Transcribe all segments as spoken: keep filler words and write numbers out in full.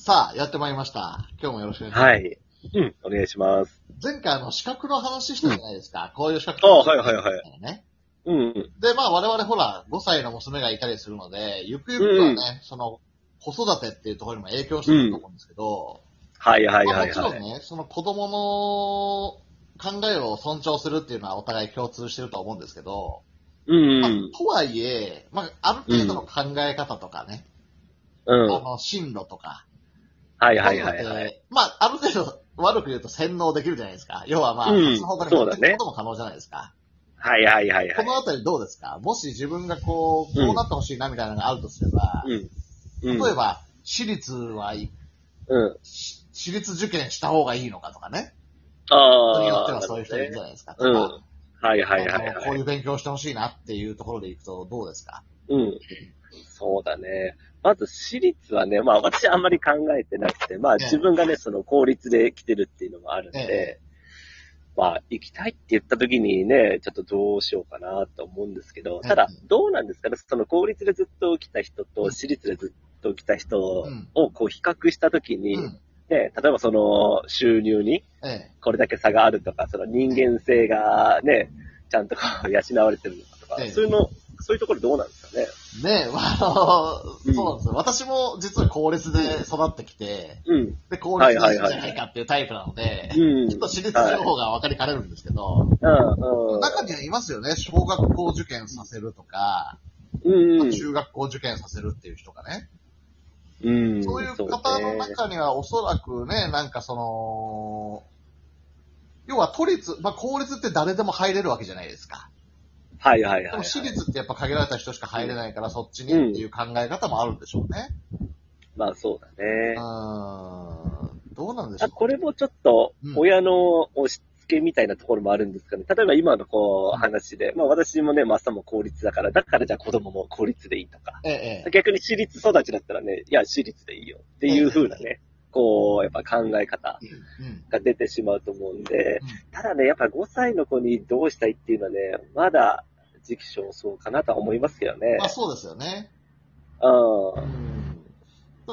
さあ、やってまいりました。今日もよろしくお願いします。 はい。うん、お願いします。 前回あの、資格の話したじゃないですか。うん、こういう資格ああ、はいはいはい。 ね。 うんうん。 で、まあ我々ほら、ごさいの娘がいたりするので、ゆくゆくはね、うん、その、子育てっていうところにも影響してくると思うんですけど、 うん、はいはいはいはい。 まあ、もちろんね、その子供の考えを尊重するっていうのはお互い共通してると思うんですけど、 うん、 まあ、とはいえ、まあ、ある程度の考え方とかね、 うん、 あの、進路とか、 はいはいはいはい。 まあ、ある程度、悪く言うと洗脳できるじゃないですか。要はまあ、 うん、 その他に持っていくことも可能じゃないですか。 はいはいはいはい。 このあたりどうですか？もし自分がこう、こうなってほしいなみたいなのがあるとすれば、 うんうん、 例えば、私立は、うん、私立受験した方がいいのかとかね。 ああ。 人によってはそういう人いるんじゃないですか。とか、 うん。はいはいはいはい。 こういう勉強してほしいなっていうところでいくとどうですか？ うん。そうだね。まず私立はね、まあ私はあんまり考えてなくて、まあ自分がね、その公立で来てるっていうのもあるんで、ええ、まあ行きたいって言った時にね、ちょっとどうしようかなと思うんですけど、ただどうなんですかね、その公立でずっと来た人と私立でずっと来た人をこう比較した時に、うん、ね、例えばその収入にこれだけ差があるとか、その人間性がね、ちゃんとこう養われてるのかとか、ええ、そういうの、そういうところどうなんですかね。 ねえ、あの、そうなんですよ。私も実は公立で育ってきて、うん、で、公立じゃないかっていうタイプなので、うん、ちょっと私立情報が分かりかねるんですけど、うん、中にはいますよね。小学校受験させるとか、うん、中学校受験させるっていう人がね。うん、そういう方の中にはおそらくね、なんかその、要は都立、まあ公立って誰でも入れるわけじゃないですか。 はいはいはい、はい。 でも私立ってやっぱ限られた人しか入れないから、そっちにっていう考え方もあるんでしょうね。 うん、まあそうだね。 うーん。どうなんでしょう、ね、 これもちょっと、親の押し付けみたいなところもあるんですかね。例えば今のこう話で、まあ私もね、まさも公立だから、だからじゃあ子供も公立でいいとか。ええ、逆に私立育ちだったらね、いや私立でいいよっていう風なね。ええこう、やっぱ考え方が出てしまうと思うんで、ただね、やっぱごさいの子にどうしたいっていうのはね、まだ時期尚早かなとは思いますけどね。 まあそうですよね。 うん。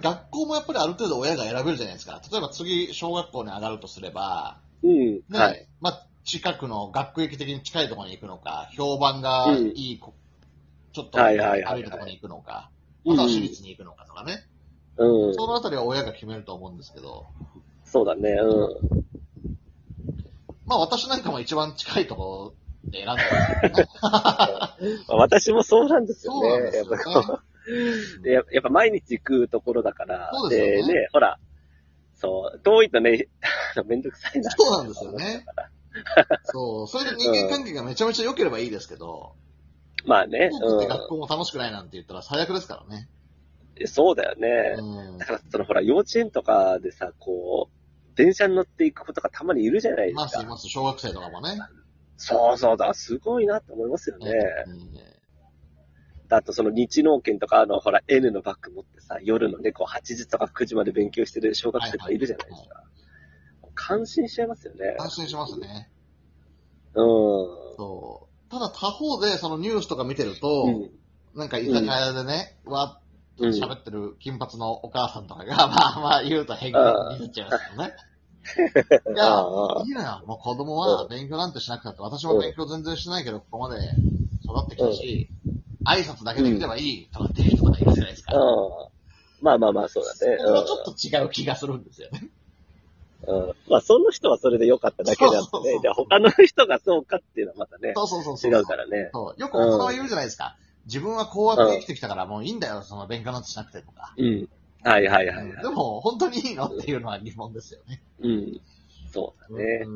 学校もやっぱりある程度親が選べるじゃないですか。例えば次、小学校に上がるとすれば、 うん。ね、はい。 まあ、近くの学駅的に近いところに行くのか、評判がいい、うん、ちょっと歩いたところに行くのか、または私立に行くのかとかね。うん。そのあたりは親が決めると思うんですけど。 そうだね、うん。 まあ私なんかも一番近いところで選んだんですけどね。私もそうなんですよね。そうなんですよね。やっぱこうやっぱ毎日行くところだから。 そうですよね。 でね、ほら、そう、遠いとね、めんどくさいな。 そうなんですよね。そう、それで人間関係がめちゃめちゃ良ければいいですけど。 うん、まあね。 うん。学校も楽しくないなんて言ったら最悪ですからね。 そうだよね。うん、だから、そのほら、幼稚園とかでさ、こう、電車に乗っていく子とかたまにいるじゃないですか。 います、います。小学生とかもね。 そうそうだ、すごいなって思いますよね。うん、あと、その日農研とか、あの、ほら、N のバッグ持ってさ、夜のね、こう、はちじとかくじまで勉強してる小学生とかいるじゃないですか。はいはいはい、感心しちゃいますよね。 感心しますね。 うん。 そう。ただ他方で、そのニュースとか見てると、うん、なんか居酒屋でね、うん、わーっと喋ってる金髪のお母さんとかが、うん、まあまあ言うと変化に見せちゃいますよね。いや、いいのよ。もう子供は勉強なんてしなくたって、私も勉強全然してないけど、ここまで育ってきたし、うん、挨拶だけできればいいとかっていう人とかいるじゃないですか。 うん、まあまあまあ、そうだね。 それはちょっと違う気がするんですよね。 うん、まあ、その人はそれで良かっただけであってね。じゃあ他の人がそうかっていうのはまたね。 そうそうそうそう違うからね。 そうよく大人は言うじゃないですか。うん、自分はこうやって生きてきたからもういいんだよ、その勉強なんてしなくてとか。 うん。はいはいはい、はい、 でも、本当にいいのっていうのは疑問ですよね。 うん。そうだね。うん、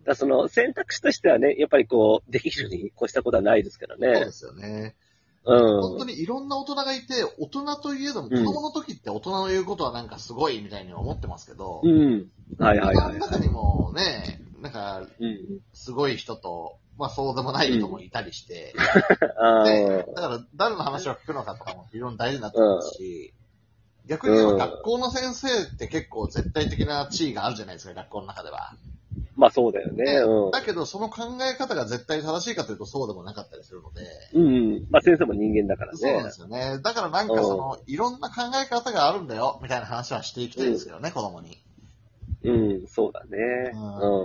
だその選択肢としてはね、やっぱりこう、できるに越したことはないですからね。 そうですよね。うん、本当にいろんな大人がいて、大人といえども、子供の時って大人の言うことはなんかすごいみたいに思ってますけど、うん。はいはいはい、はい。大人の中にもね、なんか、すごい人と、まあそうでもない人もいたりして、うん、で、だから誰の話を聞くのかとかも非常に大事になってますし、うん、逆に言えば学校の先生って結構絶対的な地位があるじゃないですか、学校の中では。 まあそうだよね。うん。 だけど、その考え方が絶対正しいかというとそうでもなかったりするので。 うん。まあ先生も人間だからね。 そうなんですよね。だからなんかその、いろんな考え方があるんだよ、みたいな話はしていきたいですけどね、うん、子供に。 うん、そうだね。うん。うん、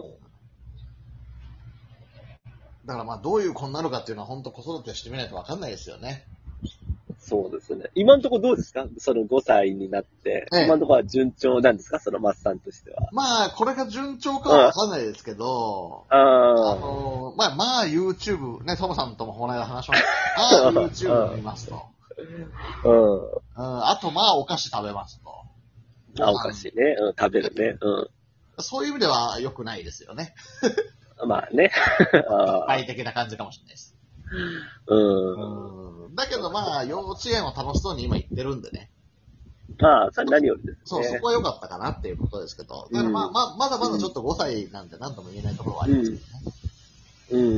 だからまあどういう子になるかっていうのは本当子育てしてみないとわかんないですよね。 そうですね。今のところどうですか？そのごさいになって、ええ、今のところは順調なんですか？そのマスさんとしては。 まあ、これが順調かはわかんないですけど、 うん、あの、まあ、まあ YouTube、ね、トムさんともこの間話しました。まあ YouTube 見ますと。うん。うん。あとまあお菓子食べますと。あ、お菓子ね。うん、食べるね。うん。 そういう意味では良くないですよね。 まあね。 快適な感じかもしれないです。 うん。 うん。だけどまあ、幼稚園を楽しそうに今行ってるんでね。 まあ、それ何よりですね。 そう、そこは良かったかなっていうことですけど。だからまあ、うん、まあ、まだまだちょっとごさいなんて何とも言えないところはありますけどね。うん。うん、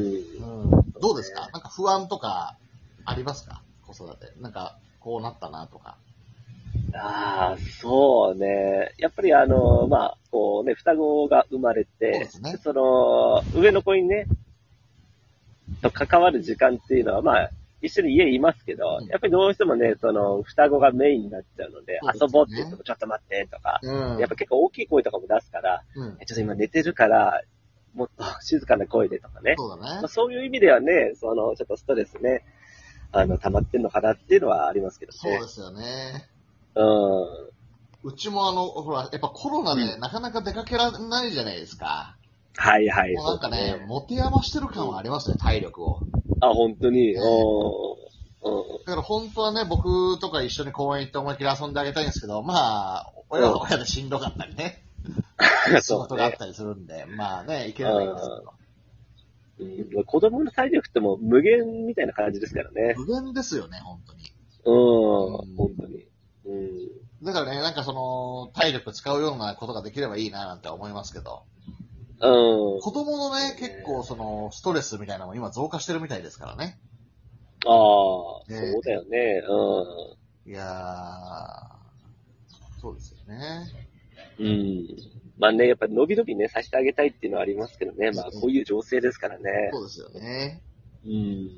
うん、どうですか？なんか不安とかありますか？子育て。なんか、こうなったなとか。 ああ、そうね。やっぱりあの、まあ、こうね、双子が生まれて、そうですね。その、上の子にね、と関わる時間っていうのは、まあ、一緒に家いますけど、うん、やっぱりどうしてもね、その、双子がメインになっちゃうので、でね、遊ぼうって言ってもちょっと待ってとか、うん、やっぱ結構大きい声とかも出すから、うん、ちょっと今寝てるから、もっと静かな声でとかね。そうだね。まあ、そういう意味ではね、その、ちょっとストレスね、あの、溜まってんのかなっていうのはありますけどね。 そうですよね。 うん。 うちもあの、ほら、やっぱコロナでなかなか出かけられないじゃないですか。 はいはい。 もうなんかね、ね持て余してる感はありますね、体力を。 あ、本当に。ね、 だから本当はね、僕とか一緒に公園行って思いっきり遊んであげたいんですけど、まあ、親は親でしんどかったりね。仕事があったりするんで、まあね、行ければいいんですけど。うん、子供の体力ってもう無限みたいな感じですからね。 無限ですよね、本当に。 うん、うん、本当に。うん。 だからね、なんかその、体力使うようなことができればいいななんて思いますけど。 うん。 子供のね、結構その、ストレスみたいなのも今増加してるみたいですからね。 ああ、ね、そうだよね。うん。 いやー、そうですよね。 うん。まあね、やっぱり伸び伸びね、させてあげたいっていうのはありますけどね。まあ、こういう情勢ですからね。 そうですよね。 うん。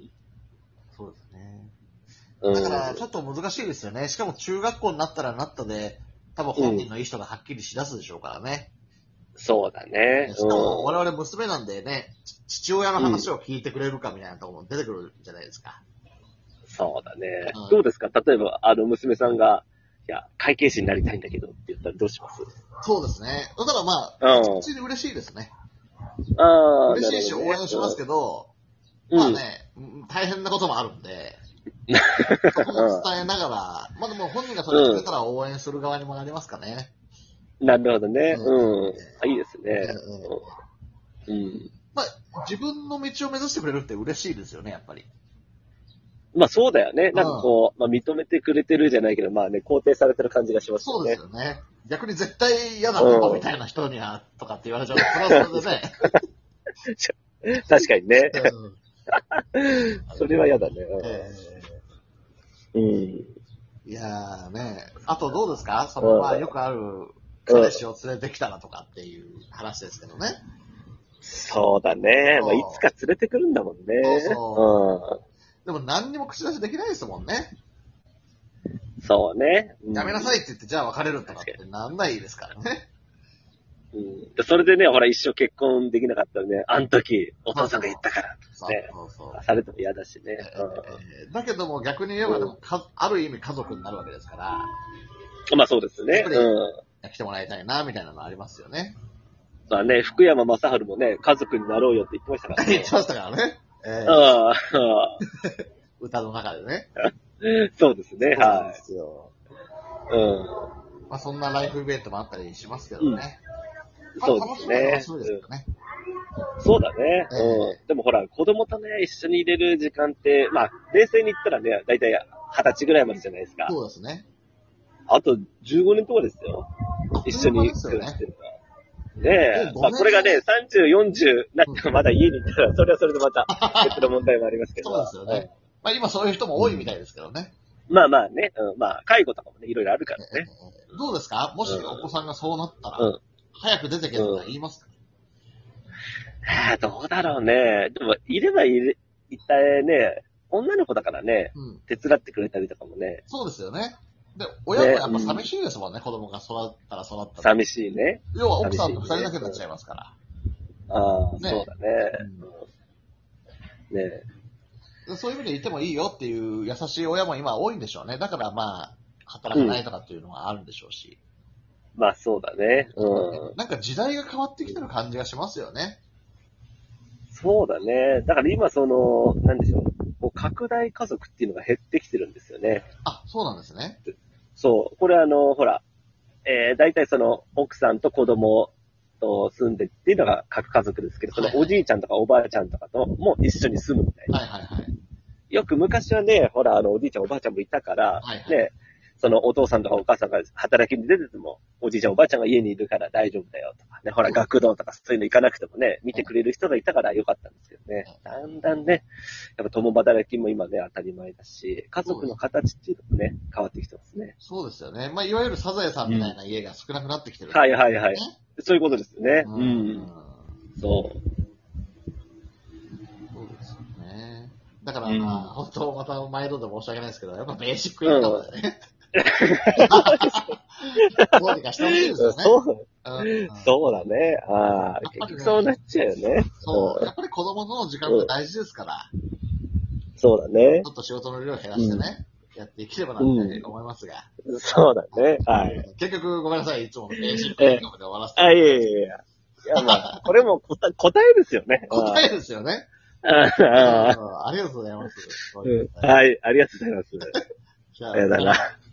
そうですね。だから、ちょっと難しいですよね。しかも中学校になったらなったで、多分本人の意思とかはっきりしだすでしょうからね。 うん、そうだね。 しかも我々娘なんでね、父親の話を聞いてくれるかみたいなところも出てくるじゃないですか。 うん、そうだね、うん。どうですか？例えば、あの、娘さんが、いや、会計士になりたいんだけどって言ったらどうします？ そうですね。だからまあ、こっちに嬉しいですね。 ああ、 嬉しいし応援しますけど、まあね、大変なこともあるんで、そこも伝えながら、まあでも本人がそれをくれたら応援する側にもなりますかね。 なるほどね。うん。いいですね。 うん。まあ、自分の道を目指してくれるって嬉しいですよね、やっぱり。 まあそうだよね。なんかこう、まあ認めてくれてるじゃないけど、まあね、肯定されてる感じがしますよね。 そうですよね。逆に絶対嫌だな、みたいな人には、とかって言われちゃうと、それはそれでね。確かにね。それは嫌だね。うん。いやーね。あとどうですか？その、まあよくある、彼氏を連れてきたらとかっていう話ですけどね。 そうだね。まあいつか連れてくるんだもんね。そうそう。 でも何にも口出しできないですもんね。 そうね。 やめなさいって言って、じゃあ別れるとかってなんないですからね。 うん、それでね、ほら一生結婚できなかったらね、あの時、お父さんが言ったからってね、そうそうそうされても嫌だしね、 えーうん。だけども逆に言えばでもか、ある意味家族になるわけですから。 まあそうですね。うん。来てもらいたいな、みたいなのありますよね。 まあね、福山雅治もね、家族になろうよって言ってましたからね。 言ってましたからね。えー、 ああ歌の中でね。 そうですね、はい。 うん。まあそんなライフイベントもあったりしますけどね。 うん、そうですね。 楽しみですよね。 そうだね、えー。うん。でもほら、子供とね、一緒に入れる時間って、まあ、冷静に言ったらね、だいたい二十歳ぐらいまでじゃないですか。 そうですね。 あとじゅうごねんとかですよ。一緒に暮らしてるから。ねえ。まあ、これがね、さんじゅう、よんじゅうなってもまだ家にいたら、それはそれでまた別の問題もありますけど。 そうですよね。まあ今そういう人も多いみたいですけどね。 うん、まあまあね、うん、まあ介護とかもね、いろいろあるからね。 どうですか？もしお子さんがそうなったら、うん、早く出てけとか言いますか？ ああ、どうだろうね。でも、いればいる、いたね、女の子だからね、うん、手伝ってくれたりとかもね。 そうですよね。で、親もやっぱ寂しいですもんね、ね、うん、子供が育ったら育ったら。 寂しいね。 要は奥さんと二人だけになっちゃいますから。 ああ、ね、そうだね。うん、ねそういう意味でいてもいいよっていう優しい親も今多いんでしょうね。だからまあ、働かないとかっていうのはあるんでしょうし。 うん、まあそうだね。うん。 なんか時代が変わってきてる感じがしますよね。 そうだね。だから今その、なんでしょう。こう拡大家族っていうのが減ってきてるんですよね。 あ、そうなんですね。 そう。これあの、ほら、えー、大体その、奥さんと子供と住んでっていうのが核家族ですけど、そのおじいちゃんとかおばあちゃんとかとも一緒に住むみたいな。 はいはいはい。 よく昔はね、ほら、あの、おじいちゃんおばあちゃんもいたから、はいはい、ね、そのお父さんとかお母さんが働きに出てても、おじいちゃんおばあちゃんが家にいるから大丈夫だよとかね、ほら、学童とかそういうの行かなくてもね、見てくれる人がいたからよかったんですけどね。だんだんね、やっぱ共働きも今ね、当たり前だし、家族の形っていうのもね、変わってきてますね。 そうですよね。まあ、いわゆるサザエさんみたいな家が少なくなってきてる、 ね、うん。はいはいはい。そういうことですよね。うん。うん、そう。 だからまあ、うん、本当また毎度で申し訳ないですけど、やっぱベーシックインカムだよね。どうにかしてほしいですよね。 そう、うん、そうだね。ああ、結局そうなっちゃうよね。 そう。やっぱり子供との時間って大事ですから。うん、 そうだね。 ちょっと仕事の量を減らしてね、うん、やっていければなって思いますが。 うん、そうだね。はい。 結局ごめんなさい。いつもベーシックインカムで終わらせて。 あ、いやいやいや。いやまあ、これも答えですよね。 答えですよね。 あありがとうございます。 はい、ありがとうございます。 じゃあ、 ありがとうございます。